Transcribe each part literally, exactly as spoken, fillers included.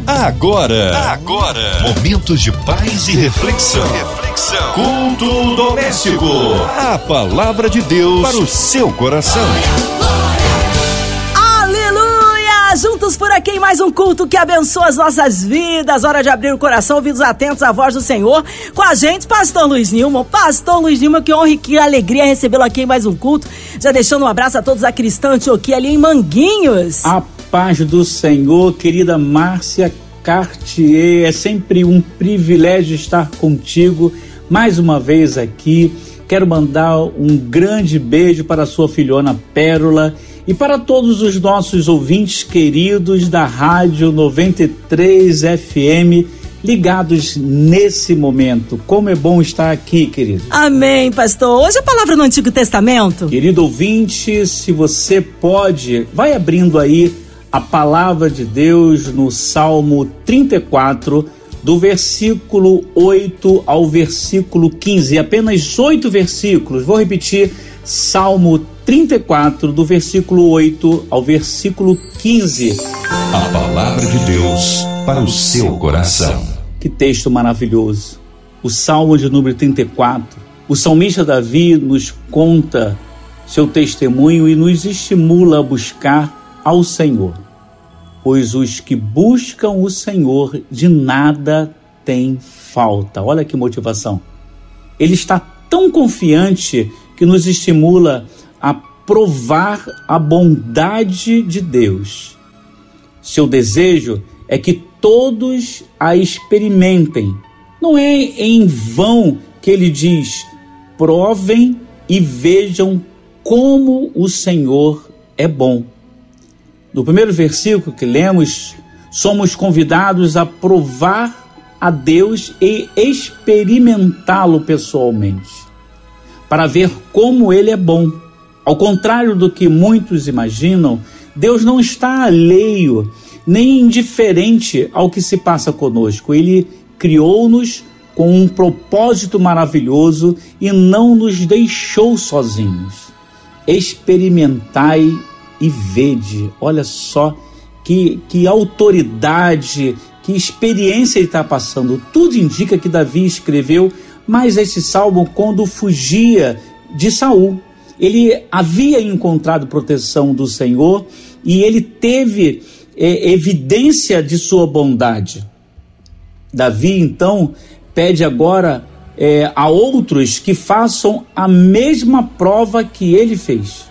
Agora, agora, momentos de paz e reflexão. Reflexão. Culto doméstico. A palavra de Deus para o seu coração. Aleluia! Juntos por aqui em mais um culto que abençoa as nossas vidas. Hora de abrir o coração, ouvidos atentos à voz do Senhor. Com a gente, Pastor Luiz Nilman. Pastor Luiz Nilman, que honra e que alegria recebê-lo aqui em mais um culto. Já deixando um abraço a todos a Cristã Antioquia ali em Manguinhos. A paz do Senhor, querida Márcia Cartier, é sempre um privilégio estar contigo mais uma vez aqui. Quero mandar um grande beijo para a sua filhona Pérola e para todos os nossos ouvintes queridos da Rádio noventa e três F M ligados nesse momento. Como é bom estar aqui, querido. Amém, pastor. Hoje a palavra no Antigo Testamento. Querido ouvinte, se você pode, vai abrindo aí a palavra de Deus no Salmo trinta e quatro, do versículo oito ao versículo quinze, apenas oito versículos. Vou repetir, Salmo trinta e quatro, do versículo oito ao versículo quinze. A palavra de Deus para o seu coração. Que texto maravilhoso. O Salmo de número trinta e quatro. O salmista Davi nos conta seu testemunho e nos estimula a buscar ao Senhor. Pois os que buscam o Senhor de nada têm falta. Olha que motivação. Ele está tão confiante que nos estimula a provar a bondade de Deus. Seu desejo é que todos a experimentem. Não é em vão que ele diz: provem e vejam como o Senhor é bom. No primeiro versículo que lemos, somos convidados a provar a Deus e experimentá-lo pessoalmente, para ver como ele é bom. Ao contrário do que muitos imaginam, Deus não está alheio nem indiferente ao que se passa conosco. Ele criou-nos com um propósito maravilhoso e não nos deixou sozinhos. Experimentai e vede. Olha só que, que autoridade, que experiência ele está passando. Tudo indica que Davi escreveu mais esse salmo quando fugia de Saul. Ele havia encontrado proteção do Senhor e ele teve é, evidência de sua bondade. Davi então pede agora é, a outros que façam a mesma prova que ele fez.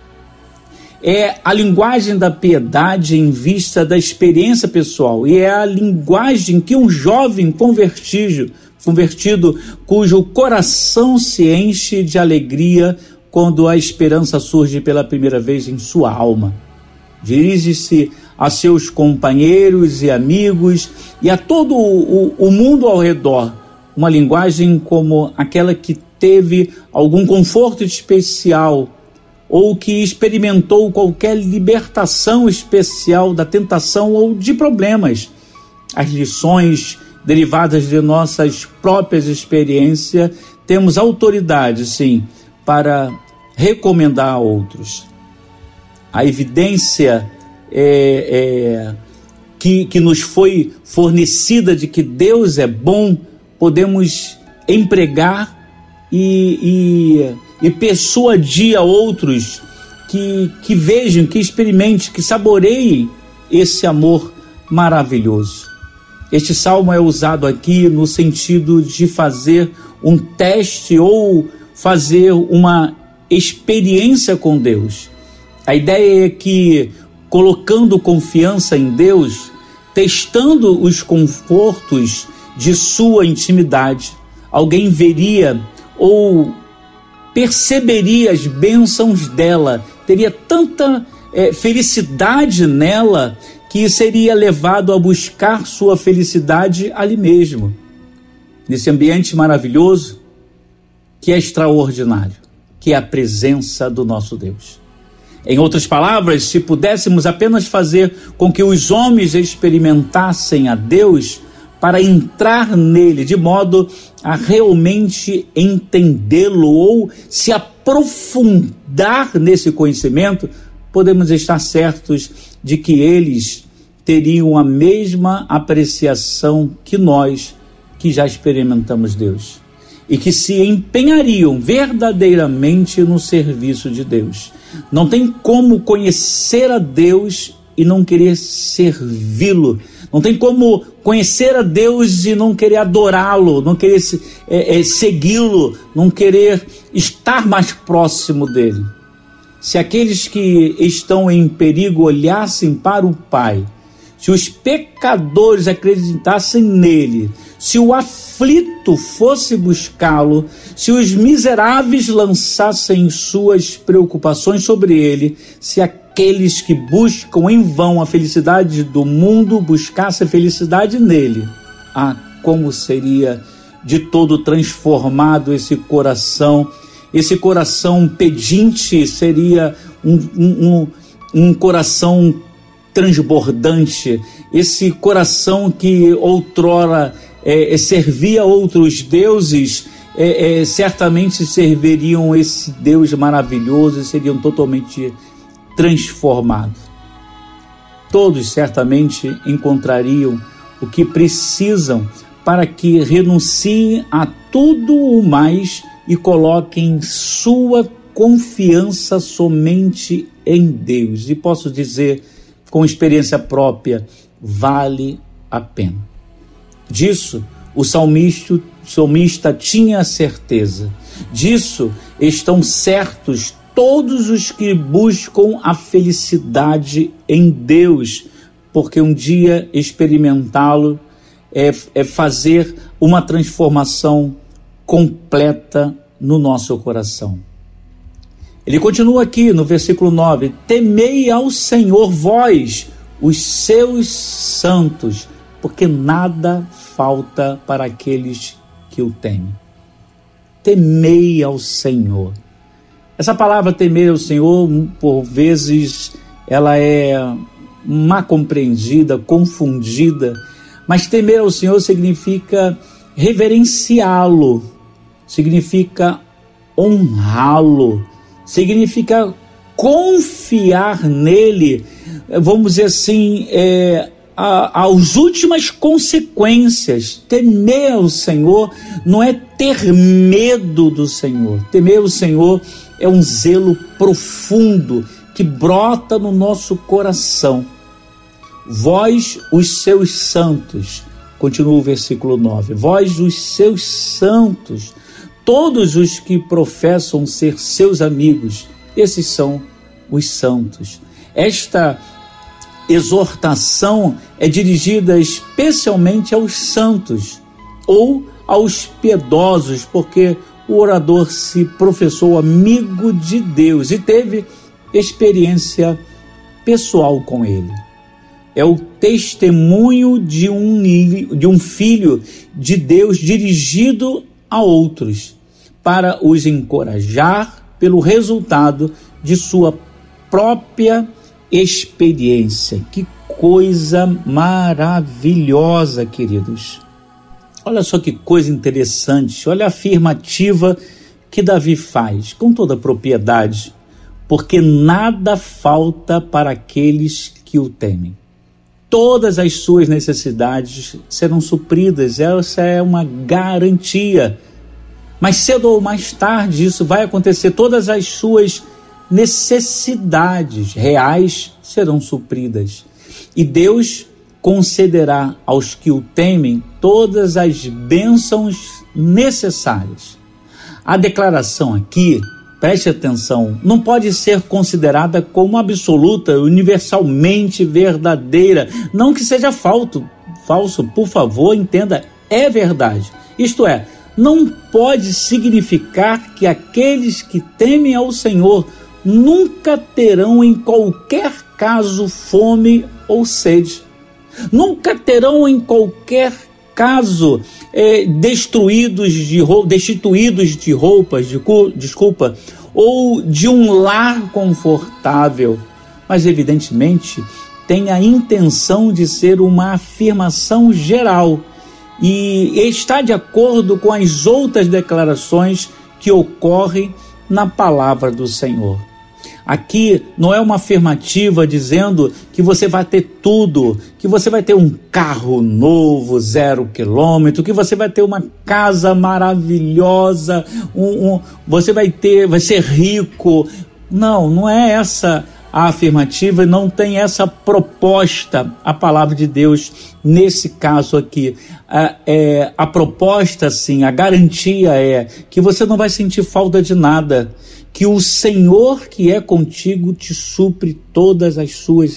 É a linguagem da piedade em vista da experiência pessoal, e é a linguagem que um jovem convertido, convertido cujo coração se enche de alegria quando a esperança surge pela primeira vez em sua alma. Dirige-se a seus companheiros e amigos e a todo o, o mundo ao redor, uma linguagem como aquela que teve algum conforto especial ou que experimentou qualquer libertação especial da tentação ou de problemas. As lições derivadas de nossas próprias experiências, temos autoridade, sim, para recomendar a outros. A evidência é, é, que, que nos foi fornecida de que Deus é bom, podemos empregar e... e e persuadir a outros que, que vejam, que experimentem, que saboreiem esse amor maravilhoso. Este salmo é usado aqui no sentido de fazer um teste ou fazer uma experiência com Deus. A ideia é que, colocando confiança em Deus, testando os confortos de sua intimidade, alguém veria ou perceberia as bênçãos dela, teria tanta é, felicidade nela, que seria levado a buscar sua felicidade ali mesmo, nesse ambiente maravilhoso, que é extraordinário, que é a presença do nosso Deus. Em outras palavras, se pudéssemos apenas fazer com que os homens experimentassem a Deus, para entrar nele, de modo a realmente entendê-lo ou se aprofundar nesse conhecimento, podemos estar certos de que eles teriam a mesma apreciação que nós, que já experimentamos Deus, e que se empenhariam verdadeiramente no serviço de Deus. Não tem como conhecer a Deus e não querer servi-lo. Não tem como conhecer a Deus e não querer adorá-lo, não querer é, é, segui-lo, não querer estar mais próximo dele. Se aqueles que estão em perigo olhassem para o Pai, se os pecadores acreditassem nele, se o aflito fosse buscá-lo, se os miseráveis lançassem suas preocupações sobre ele, se aqueles que buscam em vão a felicidade do mundo buscassem felicidade nele, ah, como seria de todo transformado esse coração. Esse coração pedinte seria um, um, um, um coração transbordante, esse coração que outrora é, servia a outros deuses, é, é, certamente serviriam esse Deus maravilhoso e seriam totalmente transformados. Todos certamente encontrariam o que precisam para que renunciem a tudo o mais e coloquem sua confiança somente em Deus. E posso dizer, com experiência própria, vale a pena. Disso, o salmista, o salmista tinha certeza. Disso estão certos todos os que buscam a felicidade em Deus, porque um dia experimentá-lo é, é fazer uma transformação completa no nosso coração. Ele continua aqui no versículo nove: temei ao Senhor vós, os seus santos, porque nada falta para aqueles que o temem. Temei ao Senhor. Essa palavra temer ao Senhor, por vezes, ela é mal compreendida, confundida, mas temer ao Senhor significa reverenciá-lo, significa honrá-lo, significa confiar nele, vamos dizer assim, é, a, às últimas consequências. Temer ao Senhor não é ter medo do Senhor. Temer ao Senhor é um zelo profundo que brota no nosso coração. Vós, os seus santos, continua o versículo nove, vós, os seus santos, todos os que professam ser seus amigos, esses são os santos. Esta exortação é dirigida especialmente aos santos ou aos piedosos, porque o orador se professou amigo de Deus e teve experiência pessoal com ele. É o testemunho de um, de um filho de Deus dirigido a outros, para os encorajar pelo resultado de sua própria experiência. Que coisa maravilhosa, queridos. Olha só que coisa interessante, olha a afirmativa que Davi faz, com toda a propriedade, porque nada falta para aqueles que o temem. Todas as suas necessidades serão supridas, essa é uma garantia. Mas cedo ou mais tarde isso vai acontecer, todas as suas necessidades reais serão supridas. E Deus concederá aos que o temem todas as bênçãos necessárias. A declaração aqui, preste atenção, não pode ser considerada como absoluta, universalmente verdadeira. Não que seja falso, falso, por favor, entenda, é verdade. Isto é, não pode significar que aqueles que temem ao Senhor nunca terão em qualquer caso fome ou sede. Nunca terão em qualquer caso é, destruídos de roupa, destituídos de roupas, de, desculpa, ou de um lar confortável. Mas evidentemente tem a intenção de ser uma afirmação geral e está de acordo com as outras declarações que ocorrem na palavra do Senhor. Aqui não é uma afirmativa dizendo que você vai ter tudo, que você vai ter um carro novo, zero quilômetro, que você vai ter uma casa maravilhosa, um, um, você vai ter, vai ser rico. Não, não é essa a afirmativa e não tem essa proposta a palavra de Deus nesse caso aqui. A, é, a proposta, sim, a garantia é que você não vai sentir falta de nada, que o Senhor que é contigo te supre todas as suas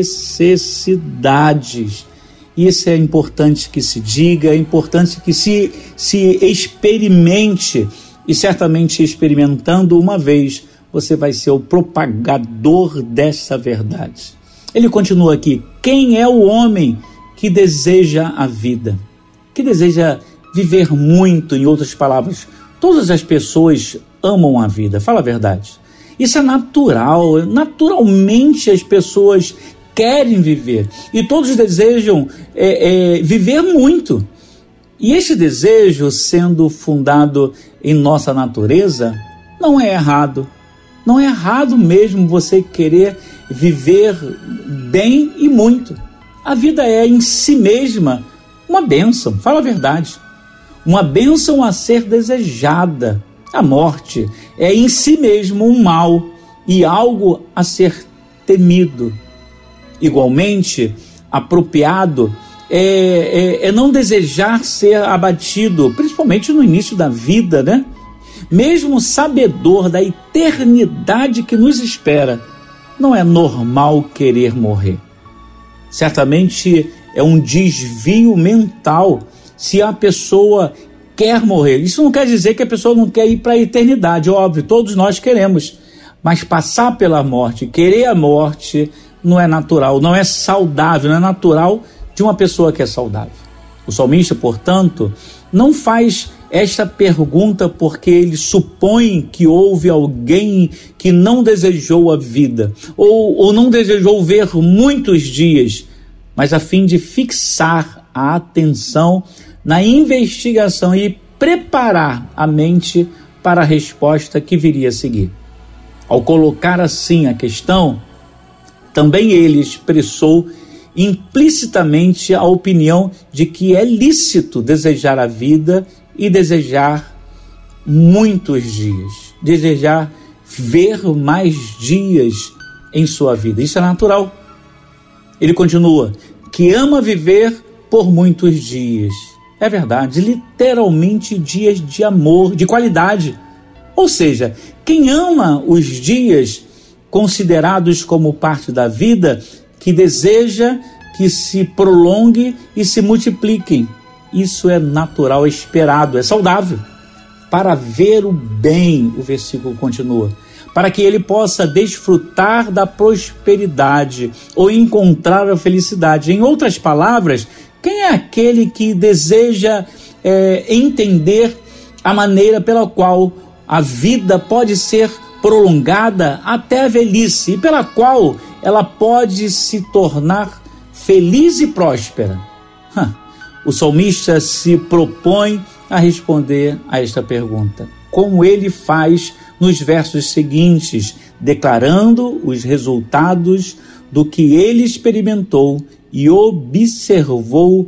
necessidades. Isso é importante que se diga, é importante que se, se experimente, e certamente experimentando uma vez, você vai ser o propagador dessa verdade. Ele continua aqui: quem é o homem que deseja a vida, que deseja viver muito? Em outras palavras, todas as pessoas amam a vida, fala a verdade. Isso é natural, naturalmente as pessoas querem viver e todos desejam é, é, viver muito. E esse desejo, sendo fundado em nossa natureza, não é errado. Não é errado mesmo você querer viver bem e muito. A vida é em si mesma uma bênção, fala a verdade. Uma bênção a ser desejada. A morte é em si mesmo um mal e algo a ser temido. Igualmente, apropriado é, é, é não desejar ser abatido, principalmente no início da vida, né? Mesmo sabedor da eternidade que nos espera, não é normal querer morrer. Certamente é um desvio mental se a pessoa quer morrer. Isso não quer dizer que a pessoa não quer ir para a eternidade, óbvio, todos nós queremos. Mas passar pela morte, querer a morte, não é natural, não é saudável, não é natural de uma pessoa que é saudável. O salmista, portanto, não faz esta pergunta porque ele supõe que houve alguém que não desejou a vida, ou, ou não desejou ver muitos dias, mas a fim de fixar a atenção na investigação e preparar a mente para a resposta que viria a seguir. Ao colocar assim a questão, também ele expressou implicitamente a opinião de que é lícito desejar a vida e desejar muitos dias, desejar ver mais dias em sua vida. Isso é natural. Ele continua, que ama viver por muitos dias. É verdade, literalmente dias de amor, de qualidade. Ou seja, quem ama os dias considerados como parte da vida, que deseja que se prolongue e se multipliquem. Isso é natural, é esperado, é saudável. Para ver o bem, o versículo continua, para que ele possa desfrutar da prosperidade ou encontrar a felicidade. Em outras palavras, quem é aquele que deseja é, entender a maneira pela qual a vida pode ser prolongada até a velhice e pela qual ela pode se tornar feliz e próspera? O salmista se propõe a responder a esta pergunta, como ele faz nos versos seguintes, declarando os resultados do que ele experimentou e observou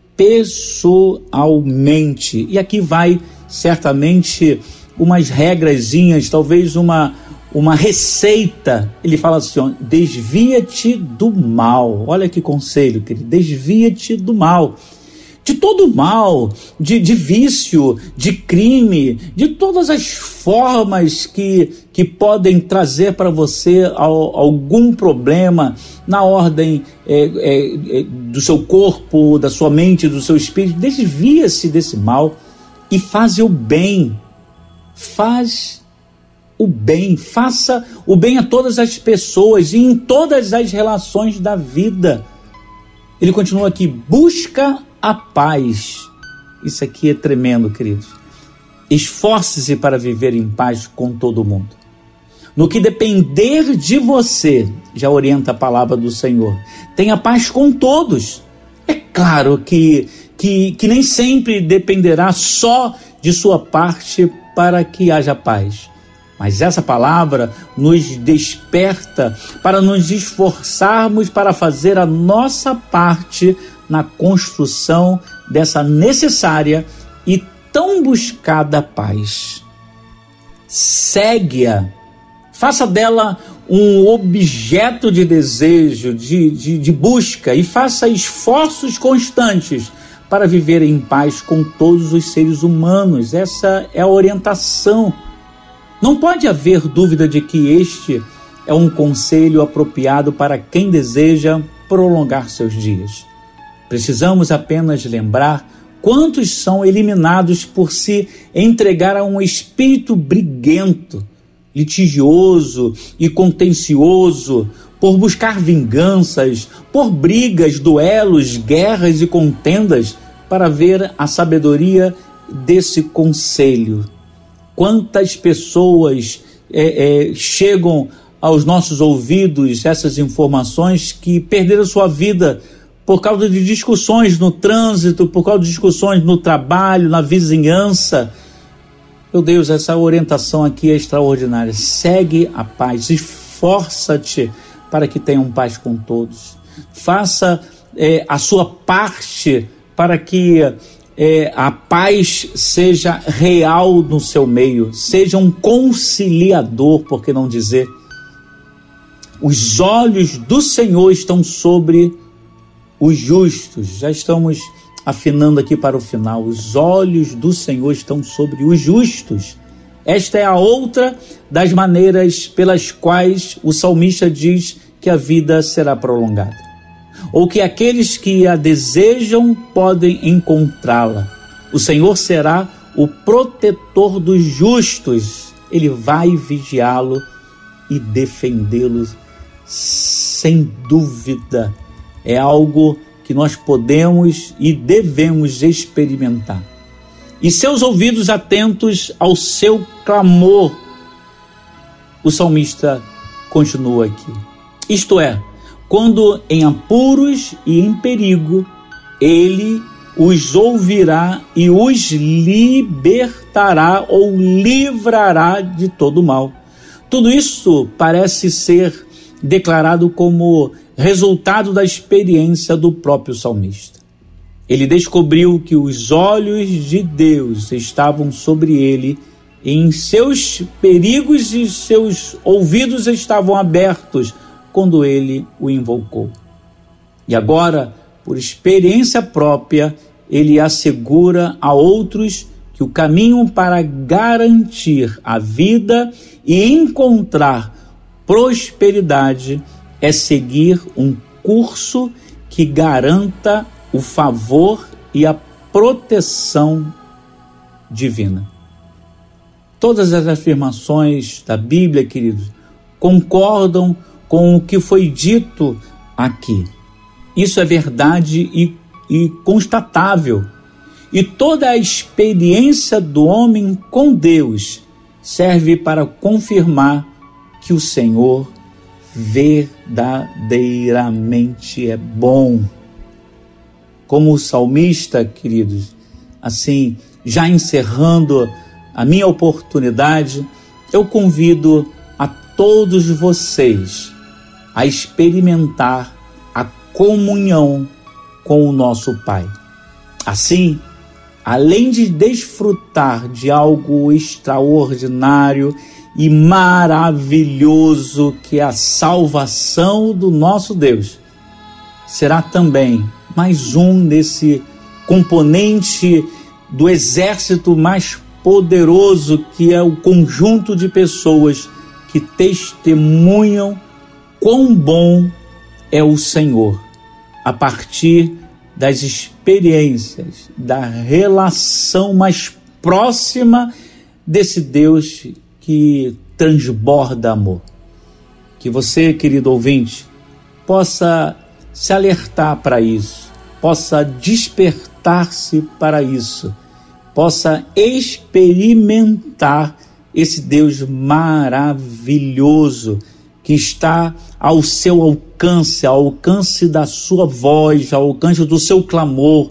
pessoalmente. E aqui vai certamente umas regrazinhas, talvez uma, uma receita. Ele fala assim, ó, desvia-te do mal. Olha que conselho, querido, desvia-te do mal. De todo mal, de, de vício, de crime, de todas as formas que, que podem trazer para você ao, algum problema na ordem é, é, é, do seu corpo, da sua mente, do seu espírito. Desvia-se desse mal e faz o bem. Faz o bem, faça o bem a todas as pessoas e em todas as relações da vida. Ele continua aqui, busca a paz. Isso aqui é tremendo, queridos. Esforce-se para viver em paz com todo mundo. No que depender de você, já orienta a palavra do Senhor, tenha paz com todos. É claro que, que, que nem sempre dependerá só de sua parte para que haja paz. Mas essa palavra nos desperta para nos esforçarmos para fazer a nossa parte na construção dessa necessária e tão buscada paz. Segue-a, faça dela um objeto de desejo, de, de, de busca, e faça esforços constantes para viver em paz com todos os seres humanos. Essa é a orientação. Não pode haver dúvida de que este é um conselho apropriado para quem deseja prolongar seus dias. Precisamos apenas lembrar quantos são eliminados por se entregar a um espírito briguento, litigioso e contencioso, por buscar vinganças, por brigas, duelos, guerras e contendas, para ver a sabedoria desse conselho. Quantas pessoas é, é, chegam aos nossos ouvidos essas informações que perderam sua vida por causa de discussões no trânsito, por causa de discussões no trabalho, na vizinhança. Meu Deus, essa orientação aqui é extraordinária. Segue a paz, esforça-te para que tenham paz com todos. Faça é, a sua parte para que é, a paz seja real no seu meio. Seja um conciliador, por que não dizer? Os olhos do Senhor estão sobre os justos. Já estamos afinando aqui para o final. Os olhos do Senhor estão sobre os justos. Esta é a outra das maneiras pelas quais o salmista diz que a vida será prolongada, ou que aqueles que a desejam podem encontrá-la. O Senhor será o protetor dos justos. Ele vai vigiá-lo e defendê-los, sem dúvida. É algo que nós podemos e devemos experimentar. E seus ouvidos atentos ao seu clamor. O salmista continua aqui. Isto é, quando em apuros e em perigo, ele os ouvirá e os libertará ou livrará de todo mal. Tudo isso parece ser declarado como resultado da experiência do próprio salmista. Ele descobriu que os olhos de Deus estavam sobre ele, e em seus perigos e seus ouvidos estavam abertos quando ele o invocou. E agora, por experiência própria, ele assegura a outros que o caminho para garantir a vida e encontrar prosperidade é seguir um curso que garanta o favor e a proteção divina. Todas as afirmações da Bíblia, queridos, concordam com o que foi dito aqui. Isso é verdade e, e constatável. E toda a experiência do homem com Deus serve para confirmar que o Senhor verdadeiramente é bom. Como o salmista, queridos, assim, já encerrando a minha oportunidade, eu convido a todos vocês a experimentar a comunhão com o nosso Pai. Assim, além de desfrutar de algo extraordinário e maravilhoso que é a salvação do nosso Deus, será também mais um desse componente do exército mais poderoso, que é o conjunto de pessoas que testemunham quão bom é o Senhor, a partir das experiências, da relação mais próxima desse Deus que transborda amor. Que você, querido ouvinte, possa se alertar para isso, possa despertar-se para isso, possa experimentar esse Deus maravilhoso que está ao seu alcance, ao alcance da sua voz, ao alcance do seu clamor,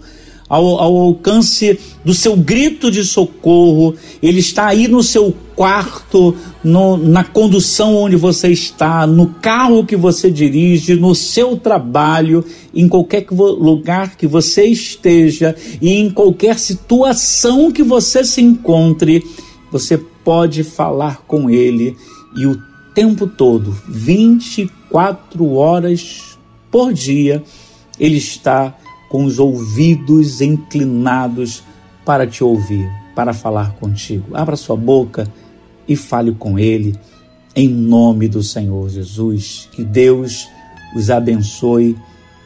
ao, ao alcance do seu grito de socorro. Ele está aí no seu quarto, no, na condução onde você está, no carro que você dirige, no seu trabalho, em qualquer lugar que você esteja e em qualquer situação que você se encontre, você pode falar com Ele, e o tempo todo, vinte e quatro horas por dia, Ele está com os ouvidos inclinados para te ouvir, para falar contigo. Abra sua boca e fale com Ele, em nome do Senhor Jesus. Que Deus os abençoe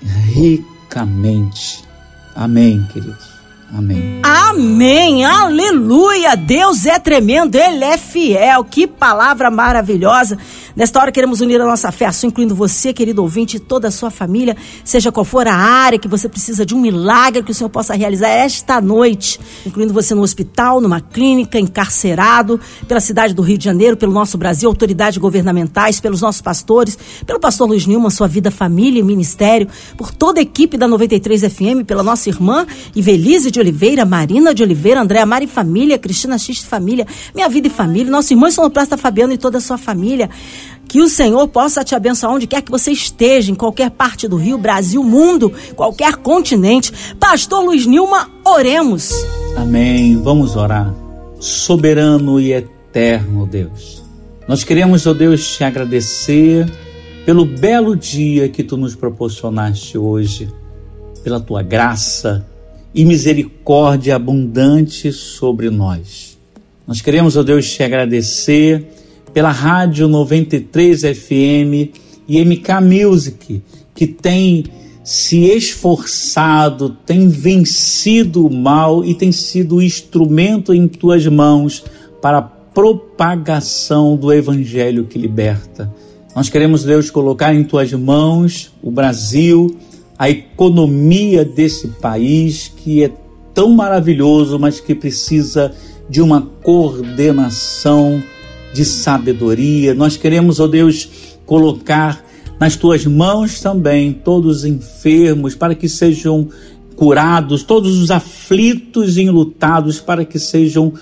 ricamente. Amém, queridos. Amém. Amém, aleluia, Deus é tremendo, Ele é fiel, que palavra maravilhosa. Nesta hora queremos unir a nossa fé, assim, incluindo você, querido ouvinte, e toda a sua família, seja qual for a área que você precisa de um milagre que o Senhor possa realizar esta noite, incluindo você no hospital, numa clínica, encarcerado, pela cidade do Rio de Janeiro, pelo nosso Brasil, autoridades governamentais, pelos nossos pastores, pelo pastor Luiz Nilman, sua vida, família e ministério, por toda a equipe da noventa e três F M, pela nossa irmã Ivelise de Oliveira, Marina de Oliveira, Andréa Mari Família, Cristina X Família, Minha Vida e Família, nosso irmão Sonoplasta Fabiano e toda a sua família. Que o Senhor possa te abençoar onde quer que você esteja, em qualquer parte do Rio, Brasil, mundo, qualquer continente. Pastor Luiz Nilman, oremos. Amém. Vamos orar. Soberano e eterno Deus, nós queremos, ó Deus, te agradecer pelo belo dia que tu nos proporcionaste hoje, pela tua graça e misericórdia abundante sobre nós. Nós queremos, ó Deus, te agradecer pela Rádio noventa e três F M e M K Music, que tem se esforçado, tem vencido o mal e tem sido instrumento em tuas mãos para a propagação do Evangelho que liberta. Nós queremos, Deus, colocar em tuas mãos o Brasil, a economia desse país que é tão maravilhoso, mas que precisa de uma coordenação de sabedoria. Nós queremos, ó Deus, colocar nas tuas mãos também todos os enfermos, para que sejam curados, todos os aflitos e enlutados, para que sejam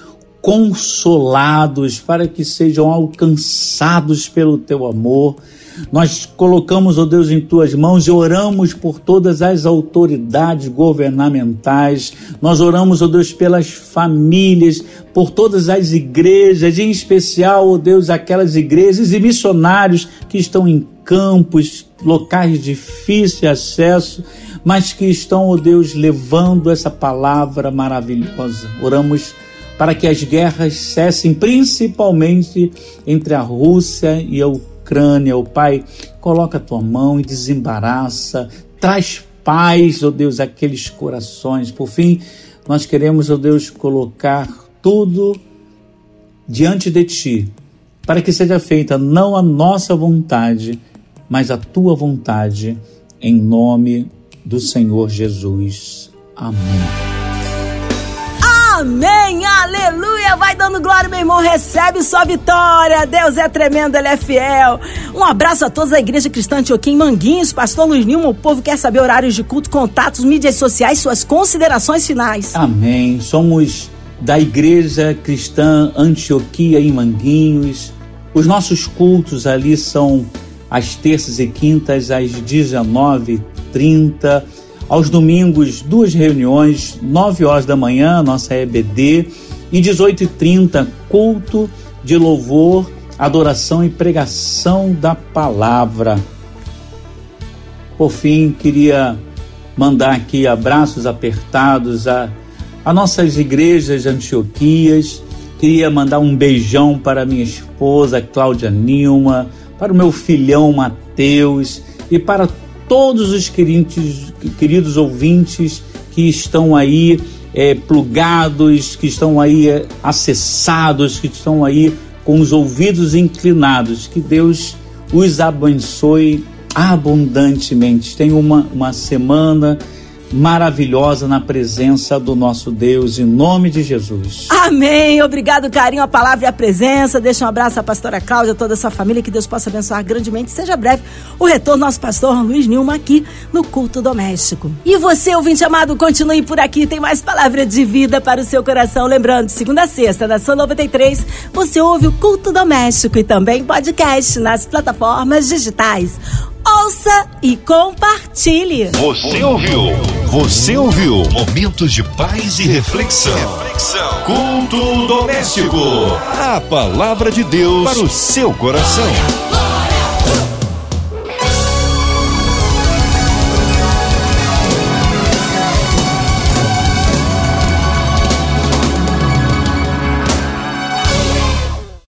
consolados, para que sejam alcançados pelo teu amor. Nós colocamos, ó Deus, em tuas mãos e oramos por todas as autoridades governamentais. Nós oramos, ó Deus, pelas famílias, por todas as igrejas, em especial, ó Deus, aquelas igrejas e missionários que estão em campos, locais de difícil acesso, mas que estão, ó Deus, levando essa palavra maravilhosa. Oramos para que as guerras cessem, principalmente entre a Rússia e a Ucrânia. Ó Pai, coloca a tua mão e desembaraça, traz paz, ó Deus, àqueles corações. Por fim, nós queremos, ó Deus, colocar tudo diante de Ti, para que seja feita não a nossa vontade, mas a Tua vontade, em nome do Senhor Jesus. Amém. Amém, aleluia, vai dando glória, meu irmão, recebe sua vitória, Deus é tremendo, Ele é fiel. Um abraço a todos da Igreja Cristã Antioquia em Manguinhos, pastor Luiz Nilman. O povo quer saber horários de culto, contatos, mídias sociais, suas considerações finais. Amém, somos da Igreja Cristã Antioquia em Manguinhos. Os nossos cultos ali são às terças e quintas às dezenove e trinta, aos domingos, duas reuniões, nove horas da manhã, nossa E B D, e dezoito e trinta, culto de louvor, adoração e pregação da palavra. Por fim, queria mandar aqui abraços apertados a, a nossas igrejas de Antioquias. Queria mandar um beijão para minha esposa, Cláudia Nilma, para o meu filhão Mateus e para todos os queridos, queridos ouvintes que estão aí é, plugados, que estão aí é, acessados, que estão aí com os ouvidos inclinados. Que Deus os abençoe abundantemente. Tenha uma, uma semana maravilhosa na presença do nosso Deus, em nome de Jesus. Amém. Obrigado, carinho, a palavra e a presença. Deixa um abraço à pastora Cláudia, toda a sua família, que Deus possa abençoar grandemente. Seja breve o retorno do nosso pastor Luiz Nilma aqui no Culto Doméstico. E você, ouvinte amado, continue por aqui, tem mais palavra de vida para o seu coração. Lembrando, de segunda a sexta, na São noventa e três, você ouve o Culto Doméstico e também podcast nas plataformas digitais. Ouça e compartilhe. Você ouviu? Você ouviu? Momentos de paz e reflexão. Reflexão. Culto doméstico. A palavra de Deus para o seu coração.